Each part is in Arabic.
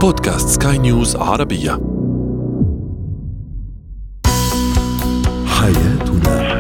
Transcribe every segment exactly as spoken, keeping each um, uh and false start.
بودكاست سكاي نيوز عربية. حياتنا.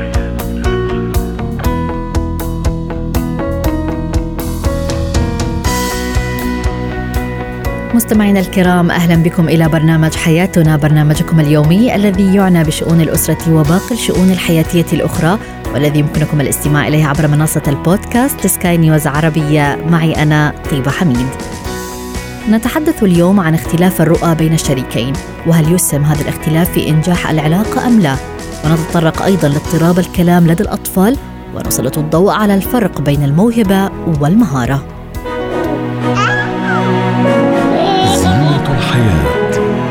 مستمعينا الكرام، أهلا بكم إلى برنامج حياتنا، برنامجكم اليومي الذي يعنى بشؤون الأسرة وباقي الشؤون الحياتية الأخرى، والذي يمكنكم الاستماع إليه عبر منصة البودكاست سكاي نيوز عربية. معي أنا طيبة حميد. نتحدث اليوم عن اختلاف الرؤى بين الشريكين، وهل يسهم هذا الاختلاف في إنجاح العلاقة أم لا؟ ونتطرق أيضا لاضطراب الكلام لدى الأطفال، ونسلط الضوء على الفرق بين الموهبة والمهارة. زينة الحياة.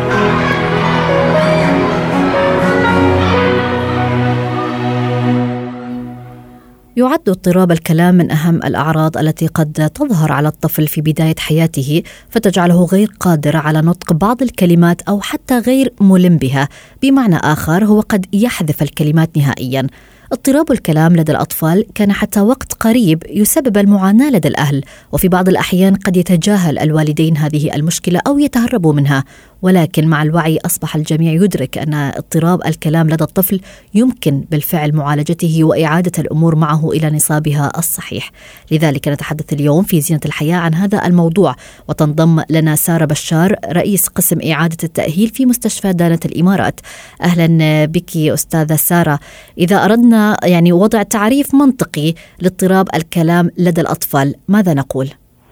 يعد اضطراب الكلام من أهم الأعراض التي قد تظهر على الطفل في بداية حياته، فتجعله غير قادر على نطق بعض الكلمات أو حتى غير ملم بها. بمعنى آخر، هو قد يحذف الكلمات نهائياً. اضطراب الكلام لدى الأطفال كان حتى وقت قريب يسبب المعاناة لدى الأهل، وفي بعض الأحيان قد يتجاهل الوالدين هذه المشكلة أو يتهربوا منها، ولكن مع الوعي أصبح الجميع يدرك أن اضطراب الكلام لدى الطفل يمكن بالفعل معالجته وإعادة الأمور معه إلى نصابها الصحيح. لذلك نتحدث اليوم في زينة الحياة عن هذا الموضوع، وتنضم لنا سارة بشار، رئيس قسم إعادة التأهيل في مستشفى دانة الإمارات. أهلا بك أستاذة سارة. إذا أردنا يعني وضع تعريف منطقي لاضطراب الكلام لدى الأطفال، ماذا نقول؟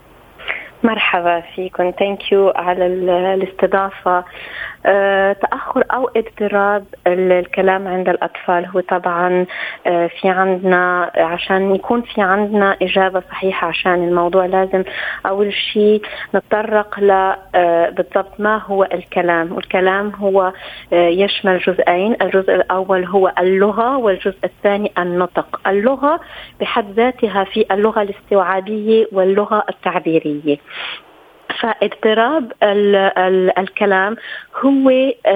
مرحبا فيكم. ثانك يو على الاستضافة. أه، تأخر أو اضطراب الكلام عند الأطفال هو طبعا أه في عندنا، عشان يكون في عندنا إجابة صحيحة عشان الموضوع لازم أول شيء نتطرق ل أه بالضبط ما هو الكلام. والكلام هو أه يشمل جزئين. الجزء الأول هو اللغة، والجزء الثاني النطق. اللغة بحد ذاتها في اللغة الاستيعابية واللغة التعبيرية. فاضطراب ال ال الكلام هو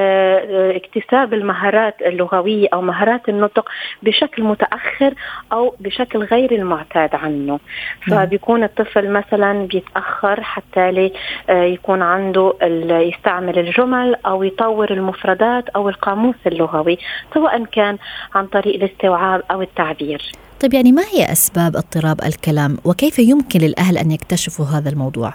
اه اكتساب المهارات اللغوية أو مهارات النطق بشكل متأخر أو بشكل غير المعتاد عنه. فبيكون الطفل مثلا بيتأخر حتى اه يكون عنده يستعمل الجمل أو يطور المفردات أو القاموس اللغوي، سواء كان عن طريق الاستيعاب أو التعبير. طيب، يعني ما هي أسباب اضطراب الكلام، وكيف يمكن للأهل أن يكتشفوا هذا الموضوع؟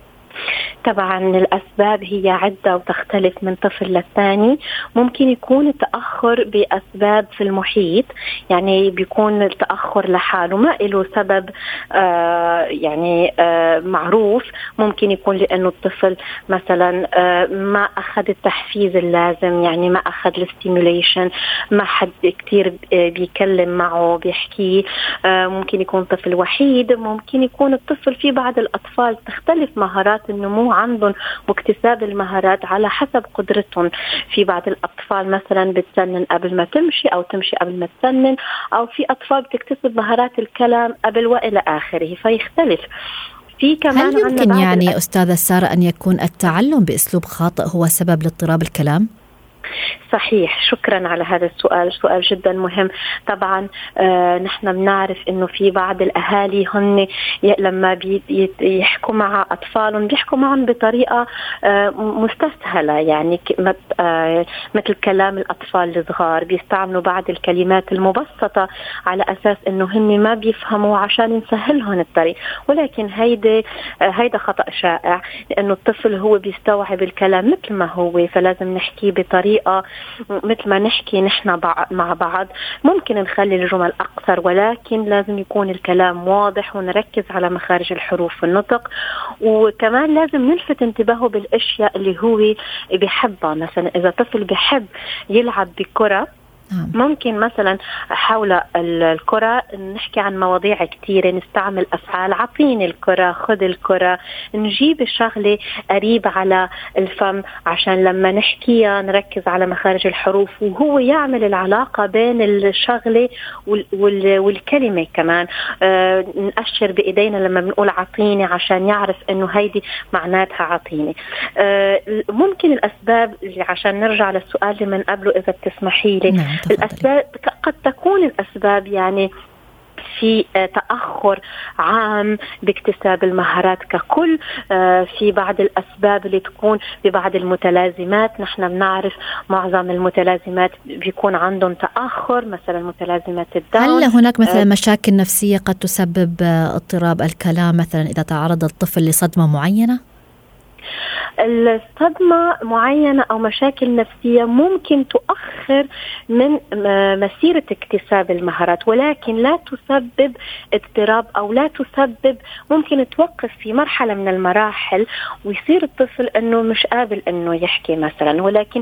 طبعا الأسباب هي عدة وتختلف من طفل للثاني. ممكن يكون التأخر بأسباب في المحيط، يعني بيكون التأخر لحاله ما له سبب آه يعني آه معروف. ممكن يكون لأنه الطفل مثلا آه ما أخذ التحفيز اللازم، يعني ما أخذ الستيموليشن، ما حد كتير بيكلم معه بيحكي. آه ممكن يكون طفل وحيد. ممكن يكون الطفل، في بعض الأطفال تختلف مهارات النمو عندهم واكتساب المهارات على حسب قدرتهم. في بعض الأطفال مثلا بتسنن قبل ما تمشي أو تمشي قبل ما تسنن، أو في أطفال بتكتسب مهارات الكلام قبل وإلى آخره، فيختلف. في كمان هل يمكن يعني أستاذة سارة أن يكون التعلم بأسلوب خاطئ هو سبب لاضطراب الكلام؟ صحيح، شكرا على هذا السؤال، سؤال جدا مهم. طبعا آه نحن بنعرف انه في بعض الاهالي هن لما بيحكوا مع اطفالهم بيحكوا معهم بطريقه آه مستسهله، يعني آه مثل كلام الاطفال الصغار، بيستعملوا بعض الكلمات المبسطه على اساس انه هن ما بيفهموا عشان نسهلهم الطريق. ولكن هيدا آه هيدا خطأ شائع، لانه الطفل هو بيستوعب الكلام مثل ما هو، فلازم نحكي بطريقه مثل ما نحكي نحن مع بعض. ممكن نخلي الجمل أقصر، ولكن لازم يكون الكلام واضح ونركز على مخارج الحروف والنطق. وكمان لازم نلفت انتباهه بالأشياء اللي هو بيحبها. مثلا إذا طفل بيحب يلعب بكرة، ممكن مثلا حول الكرة نحكي عن مواضيع كتيرة، نستعمل أفعال عطيني الكرة، خذ الكرة، نجيب الشغلة قريب على الفم عشان لما نحكيها نركز على مخارج الحروف، وهو يعمل العلاقة بين الشغلة والكلمة. كمان آه نأشر بإيدينا لما بنقول عطيني عشان يعرف إنه هيدي معناتها عطيني. آه ممكن الأسباب، عشان نرجع للسؤال اللي من قبله إذا بتسمحي لي، الأسباب قد تكون الأسباب يعني في تأخر عام باكتساب المهارات ككل. في بعض الأسباب اللي تكون ببعض المتلازمات، نحن بنعرف معظم المتلازمات بيكون عندهم تأخر، مثلا متلازمات الداون. هل هناك مثلا مشاكل نفسية قد تسبب اضطراب الكلام مثلا إذا تعرض الطفل لصدمة معينة؟ الصدمة معينة أو مشاكل نفسية ممكن تؤخر من مسيرة اكتساب المهارات، ولكن لا تسبب اضطراب أو لا تسبب، ممكن توقف في مرحلة من المراحل ويصير الطفل أنه مش قابل أنه يحكي مثلا، ولكن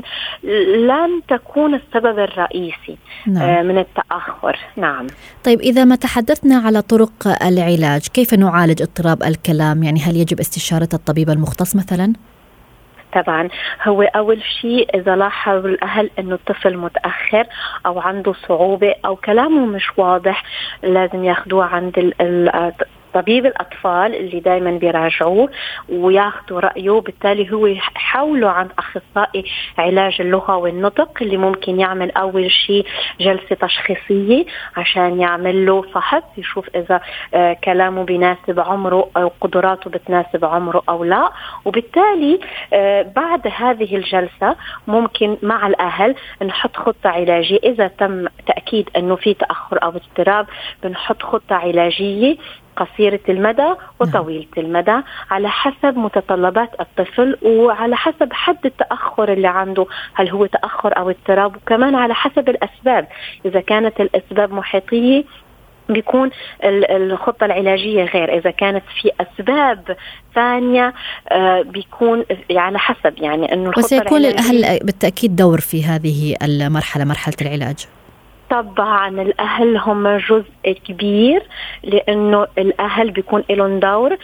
لن تكون السبب الرئيسي نعم. من التأخر. نعم. طيب إذا ما تحدثنا على طرق العلاج، كيف نعالج اضطراب الكلام؟ يعني هل يجب استشارة الطبيب المختص مثلا؟ طبعا هو أول شيء إذا لاحظوا الأهل أنه الطفل متأخر أو عنده صعوبة أو كلامه مش واضح، لازم ياخدوه عند ال طبيب الأطفال اللي دايما بيراجعوه وياخدوا رأيه. بالتالي هو يحولوا عند أخصائي علاج اللغة والنطق اللي ممكن يعمل أول شيء جلسة تشخيصية عشان يعمل له فحص يشوف إذا آه كلامه بيناسب عمره أو قدراته بتناسب عمره أو لا. وبالتالي آه بعد هذه الجلسة ممكن مع الأهل نحط خطة علاجية. إذا تم تأكيد أنه في تأخر أو اضطراب بنحط خطة علاجية قصيرة المدى وطويلة المدى على حسب متطلبات الطفل وعلى حسب حد التأخر اللي عنده، هل هو تأخر أو اضطراب، وكمان على حسب الأسباب. إذا كانت الأسباب محيطية بيكون الخطة العلاجية غير، إذا كانت في أسباب ثانية بيكون على حسب يعني أنه الخطة وسيكون للأهل بالتأكيد دور في هذه المرحلة، مرحلة العلاج. طبعا الأهل هم جزء كبير، لأنه الأهل بيكون لهم دور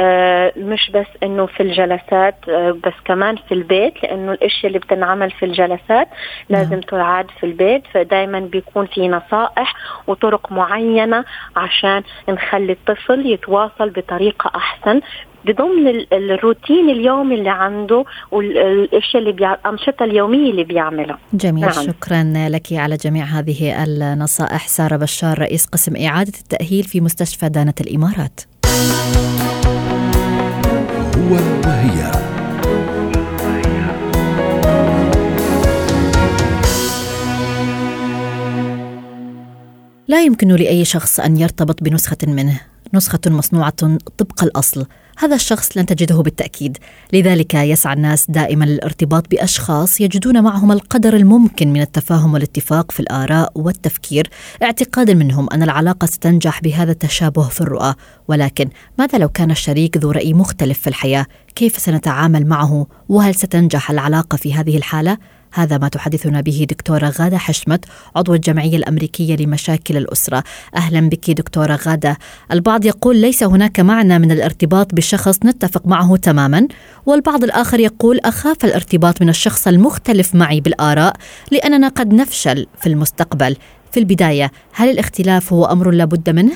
مش بس إنه في الجلسات بس كمان في البيت، لأنه الأشياء اللي بتنعمل في الجلسات لازم تعاد في البيت. فدايما بيكون في نصائح وطرق معينة عشان نخلي الطفل يتواصل بطريقة أحسن بضمن الروتين اليومي اللي عنده والاشياء اللي بيع... الأنشطة اليومية اللي بيعملها. جميل. نعم. شكرا لك على جميع هذه النصائح. سارة بشار، رئيس قسم إعادة التأهيل في مستشفى دانة الإمارات. هو وهي. لا يمكن لأي شخص أن يرتبط بنسخة منه، نسخة مصنوعة طبق الأصل. هذا الشخص لن تجده بالتأكيد، لذلك يسعى الناس دائما للارتباط بأشخاص يجدون معهم القدر الممكن من التفاهم والاتفاق في الآراء والتفكير، اعتقادا منهم أن العلاقة ستنجح بهذا التشابه في الرؤى. ولكن ماذا لو كان الشريك ذو رأي مختلف في الحياة؟ كيف سنتعامل معه؟ وهل ستنجح العلاقة في هذه الحالة؟ هذا ما تحدثنا به دكتورة غادة حشمت، عضو الجمعية الأمريكية لمشاكل الأسرة. أهلا بك دكتورة غادة. البعض يقول ليس هناك معنى من الارتباط بشخص نتفق معه تماما، والبعض الآخر يقول أخاف الارتباط من الشخص المختلف معي بالآراء لأننا قد نفشل في المستقبل. في البداية، هل الاختلاف هو أمر لابد منه؟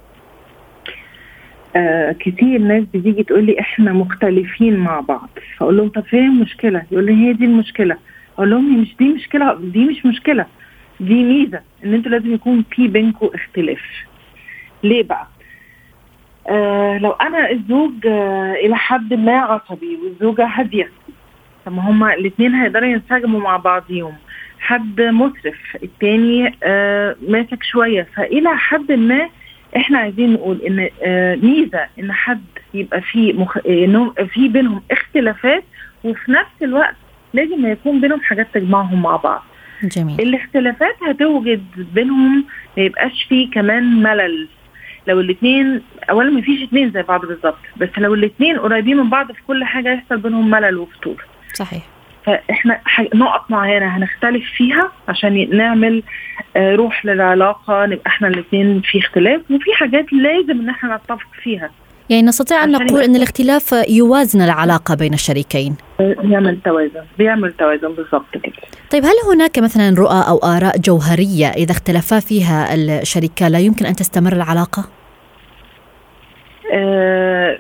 آه كتير ناس بتيجي تقول لي إحنا مختلفين مع بعض، فأقول لهم طب فين المشكلة؟ يقول لي هي دي المشكلة. أقول لهم مش دي مشكلة، دي مش مشكلة، دي ميزة إن أنتوا لازم يكون في بينكم اختلاف. ليه بقى؟ آه لو أنا الزوج آه إلى حد ما عصبي والزوجة هادية، طب ما هما الاثنين هيقدروا ينسجموا مع بعضيهم. حد مسرف، التاني آه ماسك شوية، فإلى حد ما إحنا عايزين نقول إن آه ميزة إن حد يبقى في مخ... إنهم في بينهم اختلافات، وفي نفس الوقت لازم يكون بينهم حاجات تجمعهم مع بعض. جميل. الاختلافات هتوجد بينهم، ما يبقاش فيه كمان ملل. لو الاثنين اولا ما فيش اثنين زي بعض بالظبط، بس لو الاثنين قريبين من بعض في كل حاجة يحصل بينهم ملل وفتور. صحيح. فاحنا نقط معينة هنختلف فيها عشان نعمل روح للعلاقة، نبقى احنا الاثنين في اختلاف، وفي حاجات لازم ان احنا نتفق فيها. يعني نستطيع أن نقول أن الاختلاف يوازن العلاقة بين الشريكين، بيعمل توازن بيعمل توازن بالضبط كده. طيب هل هناك مثلا رؤى أو آراء جوهرية إذا اختلفا فيها الشريكان لا يمكن أن تستمر العلاقة؟ آه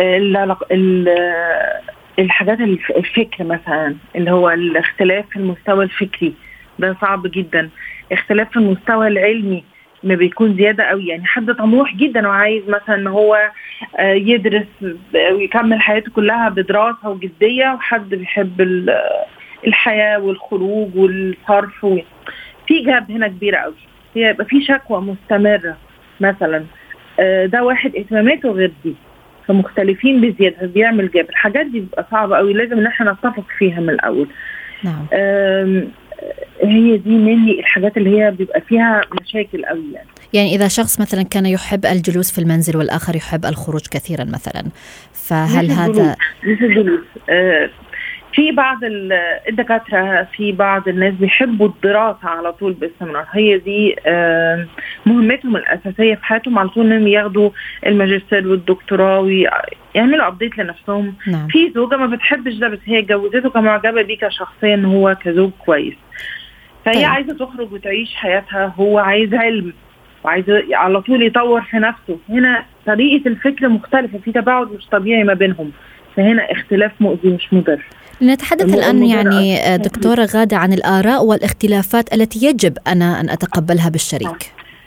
الحاجات الفكر مثلا، اللي هو الاختلاف في المستوى الفكري ده صعب جدا. اختلاف في المستوى العلمي ما بيكون زيادة قوي. يعني حد طموح جدا وعايز مثلا ان هو يدرس ويكمل حياته كلها بدراسة وجدية، وحد بيحب الحياة والخروج والصرف، في جاب هنا كبيرة قوي. هي يبقى في شكوى مستمرة مثلا، ده واحد اهتماماته غير دي، فمختلفين بزيادة، بيعمل جاب. الحاجات دي بيبقى صعبة قوي، لازم ان احنا نتفق فيها من الاول. نعم. هي دي مني الحاجات اللي هي بيبقى فيها مشاكل قوي. يعني يعني إذا شخص مثلا كان يحب الجلوس في المنزل والآخر يحب الخروج كثيرا مثلا، فهل هذا مش الجلوس؟ آه في بعض الدكاترة، في بعض الناس بيحبوا الدراسة على طول باستمرار، هي دي آه مهمتهم الأساسية في حياتهم، على طول انهم ياخدوا الماجستير والدكتوراه ويعملوا أبديت لنفسهم. نعم. في زوجة ما بتحبش ده، بس هي جوزته كمعجبة بيه كشخصيا ان هو كزوج كويس، فهي طيب. عايزة تخرج وتعيش حياتها، هو عايز علم وعايز على طول يطور في نفسه. هنا طريقة الفكر مختلفة، في تباعد مش طبيعي ما بينهم، فهنا اختلاف مؤذي مش مضر. نتحدث الآن يعني دكتورة غادة عن الآراء والاختلافات التي يجب أنا أن أتقبلها بالشريك.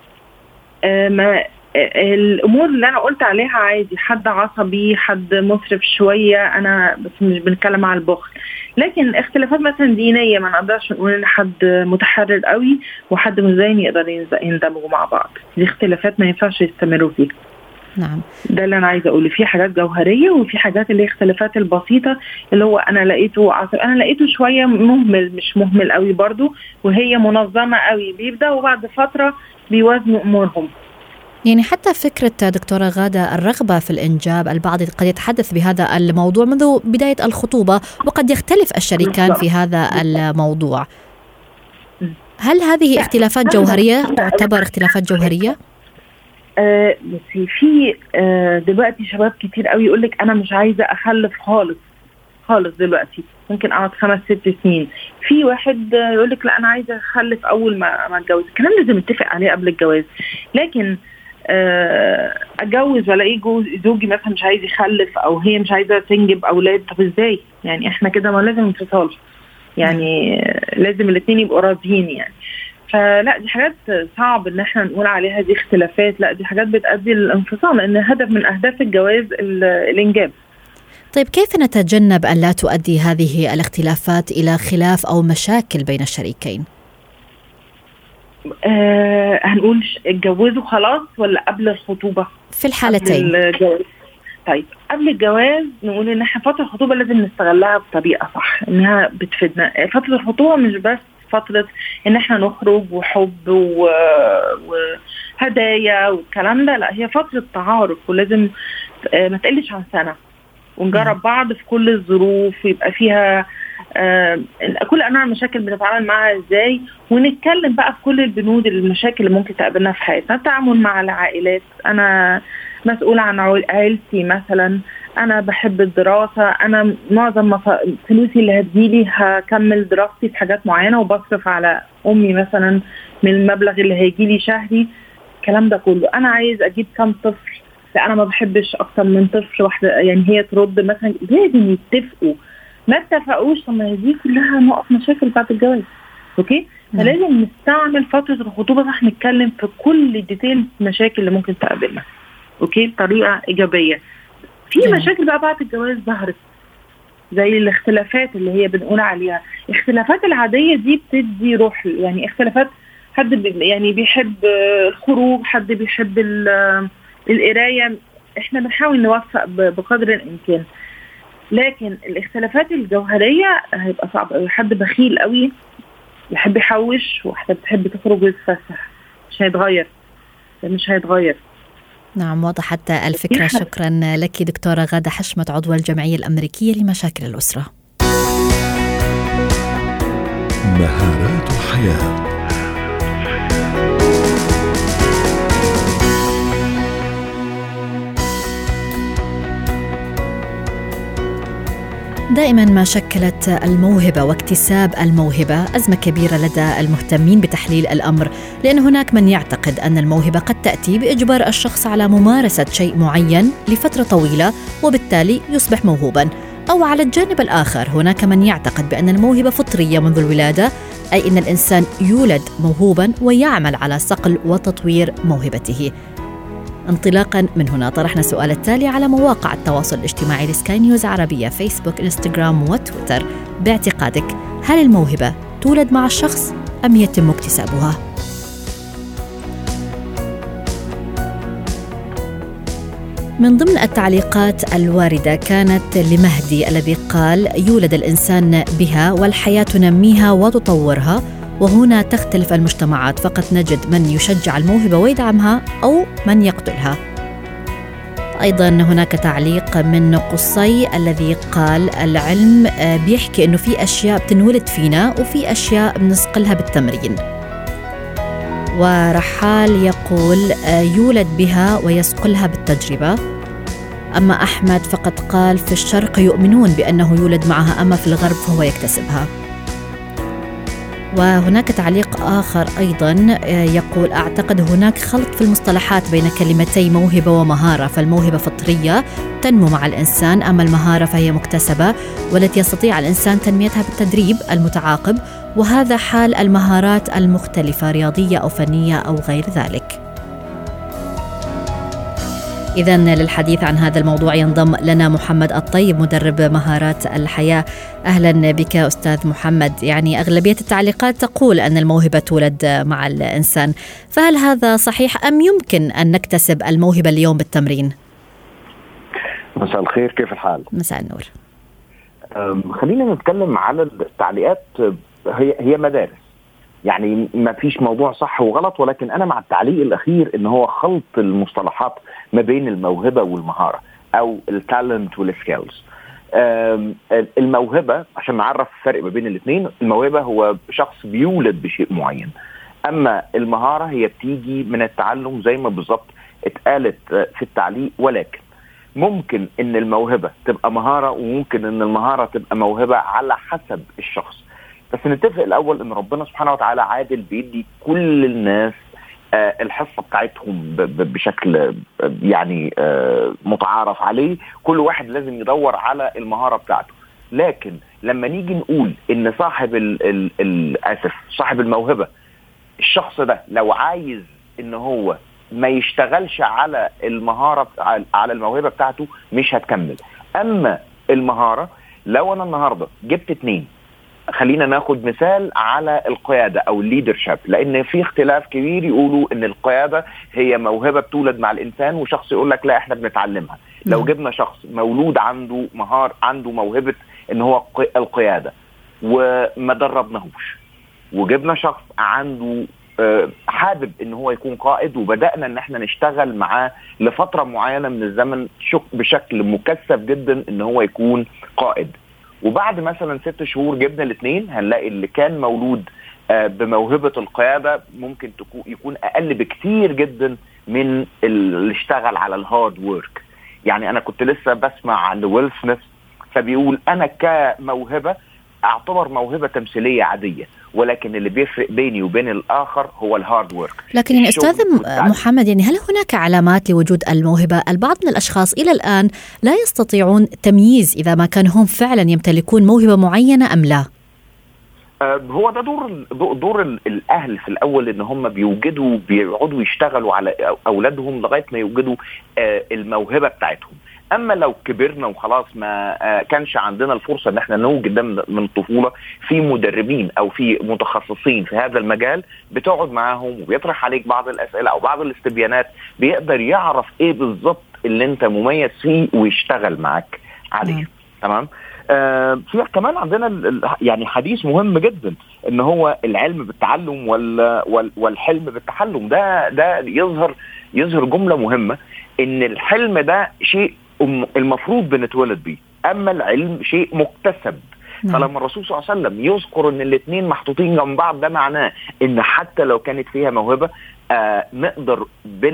آه ما الأمور اللي أنا قلت عليها عادي، حد عصبي، حد مسرف شوية، أنا بس مش بنتكلم على البخل. لكن اختلافات مثلا دينية ما نقدرش نقول إن حد متحرر قوي وحد مزين يقدر يندمجوا مع بعض، دي اختلافات ما ينفعش يستمروا فيها. نعم. ده اللي أنا عايزة أقوله، في حاجات جوهرية وفي حاجات اللي اختلافات البسيطة اللي هو أنا لقيته عصب، أنا لقيته شوية مهمل، مش مهمل قوي برضو، وهي منظمة قوي، بيبدأ وبعد فترة بيوازنوا أمورهم. يعني حتى فكرة دكتورة غادة الرغبة في الإنجاب، البعض قد يتحدث بهذا الموضوع منذ بداية الخطوبة، وقد يختلف الشريكان في هذا الموضوع. هل هذه اختلافات جوهرية تعتبر اختلافات جوهرية؟ آه بس في آه دلوقتي شباب كتير قوي يقولك أنا مش عايزة أخلف خالص خالص دلوقتي، ممكن أقعد خمس ست سنين. في واحد يقولك لا أنا عايزة أخلف أول ما ما أتجوز. الكلام لازم نتفق عليه قبل الجواز. لكن اتجوز والاقي زوجي مثلا مش عايز يخلف او هي مش عايزه تنجب اولاد، طب ازاي يعني؟ احنا كده ما لازم انفصال، يعني لازم الاثنين يبقوا راضيين يعني. فلا دي حاجات صعب ان احنا نقول عليها دي اختلافات، لا دي حاجات بتؤدي للانفصال، لان هدف من اهداف الجواز الانجاب. طيب كيف نتجنب ان لا تؤدي هذه الاختلافات الى خلاف او مشاكل بين الشريكين؟ آه هنقول اتجوزوا خلاص ولا قبل الخطوبة؟ في الحالتين. طيب قبل الجواز نقول ان احنا فترة الخطوبة لازم نستغلها بطريقة صح، انها بتفيدنا. فترة الخطوبة مش بس فترة ان احنا نخرج وحب وهدايا والكلام ده، لا هي فترة تعارف، ولازم ما تقلش عن سنة، ونجرب بعض في كل الظروف، ويبقى فيها آه كل انواع المشاكل بنتعامل معها ازاي، ونتكلم بقى في كل البنود المشاكل اللي ممكن تقابلنا في حياتنا. التعامل مع العائلات، انا مسؤولة عن عائلتي مثلا، انا بحب الدراسة، انا معظم فلوسي اللي هتجيلي هكمل دراستي في حاجات معينة، وبصرف على امي مثلا من المبلغ اللي هيجيلي شهري. الكلام ده كله انا عايز اجيب كم طفل، انا ما بحبش اكتر من طفل واحدة، يعني هي ترد مثلا. لازم يتفقوا، ما اتفقوش طب ما دي كلها نقط مشاكل بعد الجواز. اوكي مم. فلازم نستعمل فترة الخطوبة صح، نتكلم في كل ديتيل مشاكل اللي ممكن تقابلنا اوكي بطريقة ايجابية. في مم. مشاكل بقى بعد الجواز ظهرت زي الاختلافات اللي هي بنقول عليها. الاختلافات العادية دي بتدي روح، يعني اختلافات حد بي يعني بيحب الخروج، حد بيحب القراية، احنا بنحاول نوفق بقدر الامكان. لكن الاختلافات الجوهرية هيبقى صعب قوي. حد بخيل قوي يحب يحوش، واحدة بتحب تخرج وتتفسح، مش هيتغير مش هيتغير نعم وضحت الفكرة. شكرا لك دكتورة غادة حشمت، عضو الجمعية الأمريكية لمشاكل الأسرة. مهارات الحياة. دائما ما شكلت الموهبة واكتساب الموهبة أزمة كبيرة لدى المهتمين بتحليل الأمر، لأن هناك من يعتقد أن الموهبة قد تأتي بإجبار الشخص على ممارسة شيء معين لفترة طويلة وبالتالي يصبح موهوبا، أو على الجانب الآخر هناك من يعتقد بأن الموهبة فطرية منذ الولادة أي أن الإنسان يولد موهوبا ويعمل على صقل وتطوير موهبته. انطلاقا من هنا طرحنا السؤال التالي على مواقع التواصل الاجتماعي لسكاي نيوز عربية، فيسبوك، انستغرام وتويتر: باعتقادك هل الموهبة تولد مع الشخص أم يتم اكتسابها؟ من ضمن التعليقات الواردة كانت لمهدي الذي قال: يولد الإنسان بها والحياة تنميها وتطورها، وهنا تختلف المجتمعات، فقط نجد من يشجع الموهبة ويدعمها أو من يقتلها. أيضا هناك تعليق من قصي الذي قال: العلم بيحكي أنه في أشياء بتنولد فينا وفي أشياء بنسقلها بالتمرين. ورحال يقول: يولد بها ويسقلها بالتجربة. أما أحمد فقد قال: في الشرق يؤمنون بأنه يولد معها، أما في الغرب فهو يكتسبها. وهناك تعليق آخر أيضا يقول: أعتقد هناك خلط في المصطلحات بين كلمتي موهبة ومهارة، فالموهبة فطرية تنمو مع الإنسان، أما المهارة فهي مكتسبة والتي يستطيع الإنسان تنميتها بالتدريب المتعاقب، وهذا حال المهارات المختلفة، رياضية أو فنية أو غير ذلك. إذن للحديث عن هذا الموضوع ينضم لنا محمد الطيب، مدرب مهارات الحياة. أهلا بك أستاذ محمد. يعني أغلبية التعليقات تقول أن الموهبة تولد مع الإنسان، فهل هذا صحيح أم يمكن أن نكتسب الموهبة اليوم بالتمرين؟ مساء الخير، كيف الحال؟ مساء النور. خلينا نتكلم على التعليقات. هي هي مدارس، يعني ما فيش موضوع صح وغلط، ولكن أنا مع التعليق الأخير إن هو خلط المصطلحات ما بين الموهبة والمهارة أو التالنت والسكيلز. الموهبة عشان نعرف الفرق ما بين الاثنين، الموهبة هو شخص بيولد بشيء معين، أما المهارة هي بتيجي من التعلم زي ما بالضبط اتقالت في التعليق. ولكن ممكن إن الموهبة تبقى مهارة وممكن إن المهارة تبقى موهبة على حسب الشخص. بس نتفق الأول إن ربنا سبحانه وتعالى عادل، بيدي كل الناس الحصة بتاعتهم بشكل يعني متعارف عليه، كل واحد لازم يدور على المهارة بتاعته. لكن لما نيجي نقول إن صاحب الأسف صاحب الموهبة، الشخص ده لو عايز إن هو ما يشتغلش على المهارة على الموهبة بتاعته مش هتكمل. أما المهارة، لو أنا النهاردة جبت اتنين، خلينا ناخد مثال على القيادة أو الليدرشيب، لأن في اختلاف كبير، يقولوا إن القيادة هي موهبة بتولد مع الإنسان، وشخص يقول لك لا إحنا بنتعلمها. لو جبنا شخص مولود عنده مهار عنده موهبة إن هو القيادة وما دربناهوش، وجبنا شخص عنده حابب إن هو يكون قائد، وبدأنا إن إحنا نشتغل معاه لفترة معينة من الزمن بشكل مكثف جدا إن هو يكون قائد، وبعد مثلا ست شهور جبنا الاثنين، هنلاقي اللي كان مولود بموهبة القيادة ممكن يكون أقل بكتير جدا من اللي اشتغل على الهارد وورك. يعني أنا كنت لسه بسمع عن ويل سميث، فبيقول أنا كموهبة أعتبر موهبة تمثيلية عادية، ولكن اللي بيفرق بيني وبين الآخر هو الهارد وورك. لكن يعني أستاذ محمد، يعني هل هناك علامات لوجود الموهبة؟ البعض من الأشخاص إلى الآن لا يستطيعون تمييز إذا ما كانوا هم فعلا يمتلكون موهبة معينة أم لا. هو ده دور دور الأهل في الأول، إن هم بيوجدوا بيقعدوا يشتغلوا على أولادهم لغاية ما يوجدوا الموهبة بتاعتهم. أما لو كبرنا وخلاص ما كانش عندنا الفرصة إن احنا نوجد ده من الطفولة، في مدربين أو في متخصصين في هذا المجال بتقعد معاهم وبيطرح عليك بعض الأسئلة أو بعض الاستبيانات، بيقدر يعرف إيه بالضبط اللي أنت مميز فيه ويشتغل معك عليه. م. تمام. آه في كمان عندنا يعني حديث مهم جدا، إن هو العلم بالتعلم وال والحلم بالتحلم. ده ده يظهر يظهر جملة مهمة، إن الحلم ده شيء المفروض بنتولد بيه، أما العلم شيء مكتسب. نعم. فلما الرسول صلى الله عليه وسلم يذكر إن الاثنين محطوطين جنب بعض، ده معناه إن حتى لو كانت فيها موهبة آه نقدر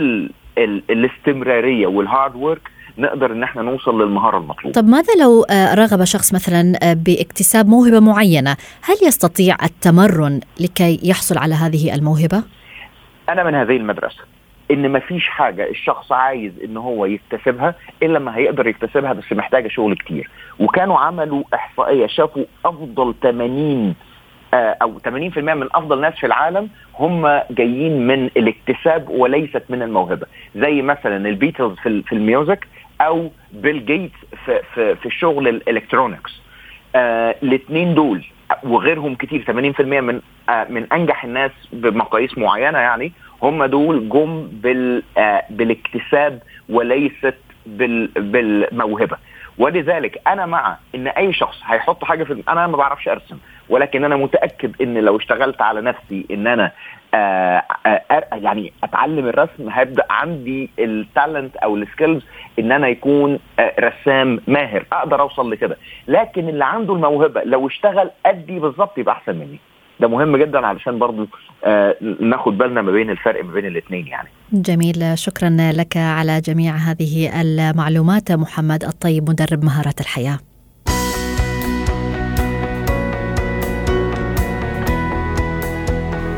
بالاستمرارية والهارد وورك نقدر إن احنا نوصل للمهارة المطلوبة. طب ماذا لو رغب شخص مثلا باكتساب موهبة معينة، هل يستطيع التمرن لكي يحصل على هذه الموهبة؟ أنا من هذه المدرسة، إن ما فيش حاجة الشخص عايز إن هو يكتسبها إلا ما هيقدر يكتسبها، بس محتاجة شغل كتير. وكانوا عملوا إحصائية، شافوا أفضل ثمانين او ثمانين بالمئة من افضل ناس في العالم هم جايين من الاكتساب وليست من الموهبه، زي مثلا البيتلز في في الميوزك او بيل جيتس في في, في الشغل الالكترونيكس. آه الاثنين دول وغيرهم كتير ثمانين بالمئة من آه من انجح الناس بمقاييس معينه، يعني هم دول جم بال آه بالاكتساب وليست بال بالموهبه. ولذلك انا مع ان اي شخص هيحط حاجه في، انا ما بعرفش ارسم، ولكن انا متاكد ان لو اشتغلت على نفسي ان انا آآ آآ يعني اتعلم الرسم، هيبدا عندي التالنت او السكيلز ان انا يكون رسام ماهر، اقدر اوصل لكده. لكن اللي عنده الموهبه لو اشتغل ادي بالظبط يبقى احسن مني. ده مهم جدا علشان برضو ناخد بالنا ما بين الفرق ما بين الاثنين. يعني جميل، شكرا لك على جميع هذه المعلومات محمد الطيب، مدرب مهارات الحياة.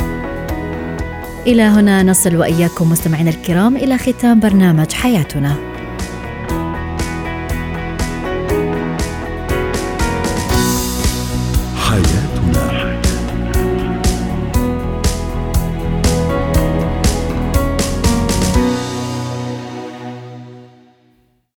إلى هنا نصل وإياكم مستمعينا الكرام إلى ختام برنامج حياتنا.